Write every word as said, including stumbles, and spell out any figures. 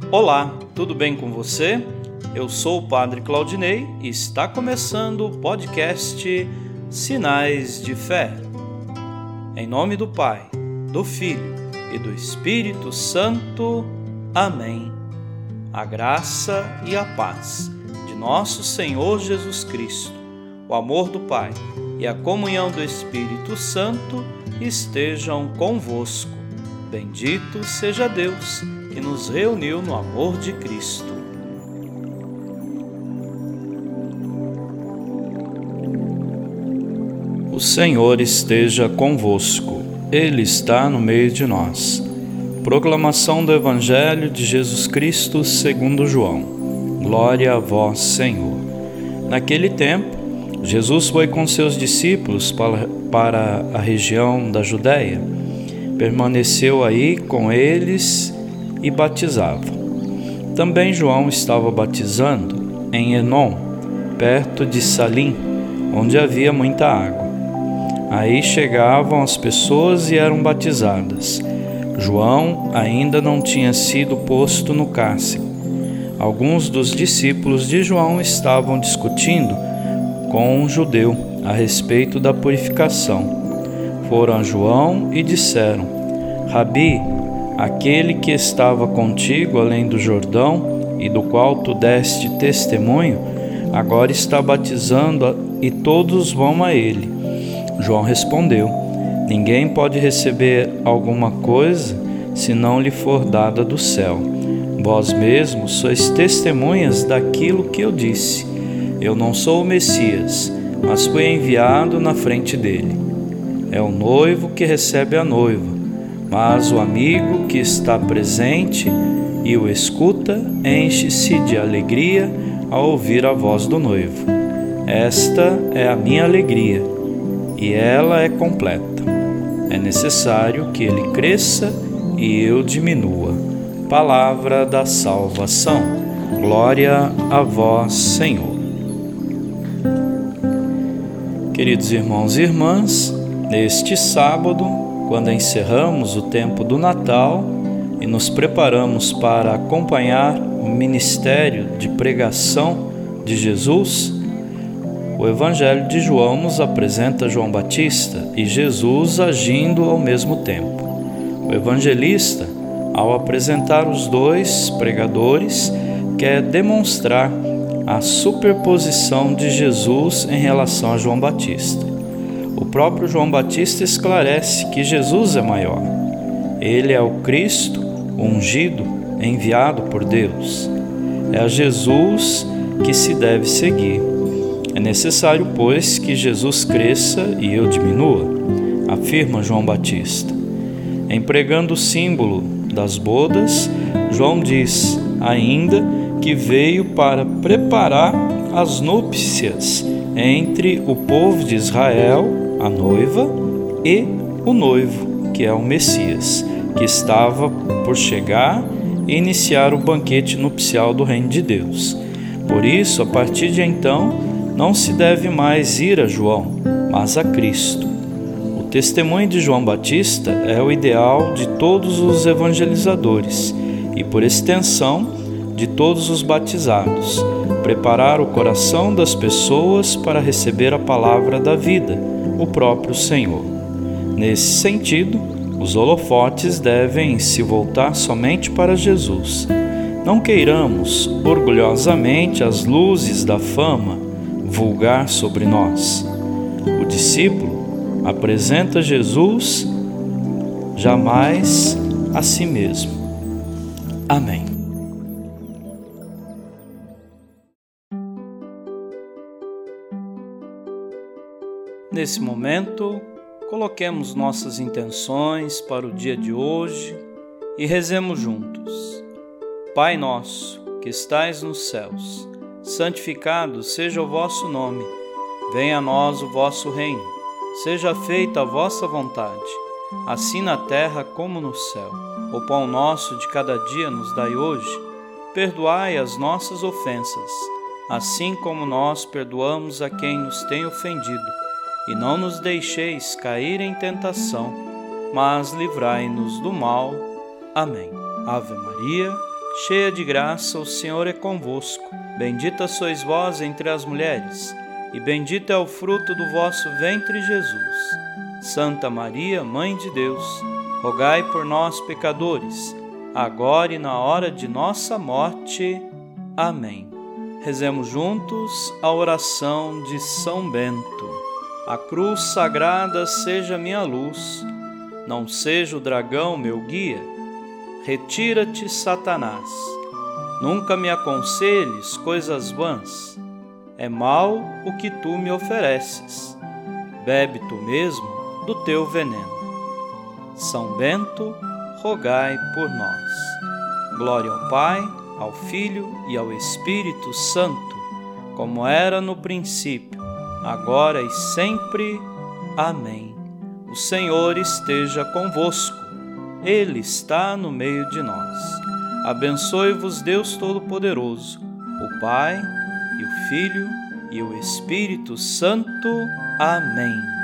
Olá, tudo bem com você? Eu sou o Padre Claudinei e está começando o podcast Sinais de Fé. Em nome do Pai, do Filho e do Espírito Santo. Amém. A graça e a paz de nosso Senhor Jesus Cristo, o amor do Pai e a comunhão do Espírito Santo estejam convosco. Bendito seja Deus que nos reuniu no amor de Cristo. O Senhor esteja convosco, Ele está no meio de nós. Proclamação do Evangelho de Jesus Cristo segundo João. Glória a vós, Senhor. Naquele tempo, Jesus foi com seus discípulos para, para a região da Judéia. Permaneceu aí com eles e batizava. Também João estava batizando em Enom, perto de Salim, onde havia muita água. Aí chegavam as pessoas e eram batizadas. João ainda não tinha sido posto no cárcere. Alguns dos discípulos de João estavam discutindo com um judeu a respeito da purificação. Foram a João e disseram: Rabi, aquele que estava contigo além do Jordão e do qual tu deste testemunho, agora está batizando e todos vão a ele. João respondeu: Ninguém pode receber alguma coisa se não lhe for dada do céu. Vós mesmos sois testemunhas daquilo que eu disse. Eu não sou o Messias, mas fui enviado na frente dele. É o noivo que recebe a noiva, mas o amigo que está presente e o escuta enche-se de alegria ao ouvir a voz do noivo. Esta é a minha alegria, e ela é completa. É necessário que ele cresça e eu diminua. Palavra da salvação. Glória a vós, Senhor. Queridos irmãos e irmãs, neste sábado, quando encerramos o tempo do Natal e nos preparamos para acompanhar o ministério de pregação de Jesus, o Evangelho de João nos apresenta João Batista e Jesus agindo ao mesmo tempo. O evangelista, ao apresentar os dois pregadores, quer demonstrar a superposição de Jesus em relação a João Batista. O próprio João Batista esclarece que Jesus é maior. Ele é o Cristo, o ungido, enviado por Deus. É a Jesus que se deve seguir. É necessário, pois, que Jesus cresça e eu diminua, afirma João Batista. Empregando o símbolo das bodas, João diz ainda que veio para preparar as núpcias entre o povo de Israel, a noiva, e o noivo, que é o Messias, que estava por chegar e iniciar o banquete nupcial do reino de Deus. Por isso, a partir de então, não se deve mais ir a João, mas a Cristo. O testemunho de João Batista é o ideal de todos os evangelizadores e, por extensão, de todos os batizados, preparar o coração das pessoas para receber a palavra da vida, o próprio Senhor. Nesse sentido, os holofotes devem se voltar somente para Jesus. Não queiramos orgulhosamente as luzes da fama vulgar sobre nós. O discípulo apresenta Jesus jamais a si mesmo. Amém. Nesse momento, coloquemos nossas intenções para o dia de hoje e rezemos juntos. Pai nosso, que estais nos céus, santificado seja o vosso nome. Venha a nós o vosso reino. Seja feita a vossa vontade, assim na terra como no céu. O pão nosso de cada dia nos dai hoje. Perdoai as nossas ofensas, assim como nós perdoamos a quem nos tem ofendido. E não nos deixeis cair em tentação, mas livrai-nos do mal. Amém. Ave Maria, cheia de graça, o Senhor é convosco. Bendita sois vós entre as mulheres, e bendito é o fruto do vosso ventre, Jesus. Santa Maria, Mãe de Deus, rogai por nós, pecadores, agora e na hora de nossa morte. Amém. Rezemos juntos a oração de São Bento. A cruz sagrada seja minha luz, não seja o dragão meu guia. Retira-te, Satanás. Nunca me aconselhes coisas vãs. É mal o que tu me ofereces. Bebe tu mesmo do teu veneno. São Bento, rogai por nós. Glória ao Pai, ao Filho e ao Espírito Santo, como era no princípio, agora e sempre. Amém. O Senhor esteja convosco. Ele está no meio de nós. Abençoe-vos Deus Todo-Poderoso, o Pai, e o Filho, e o Espírito Santo. Amém.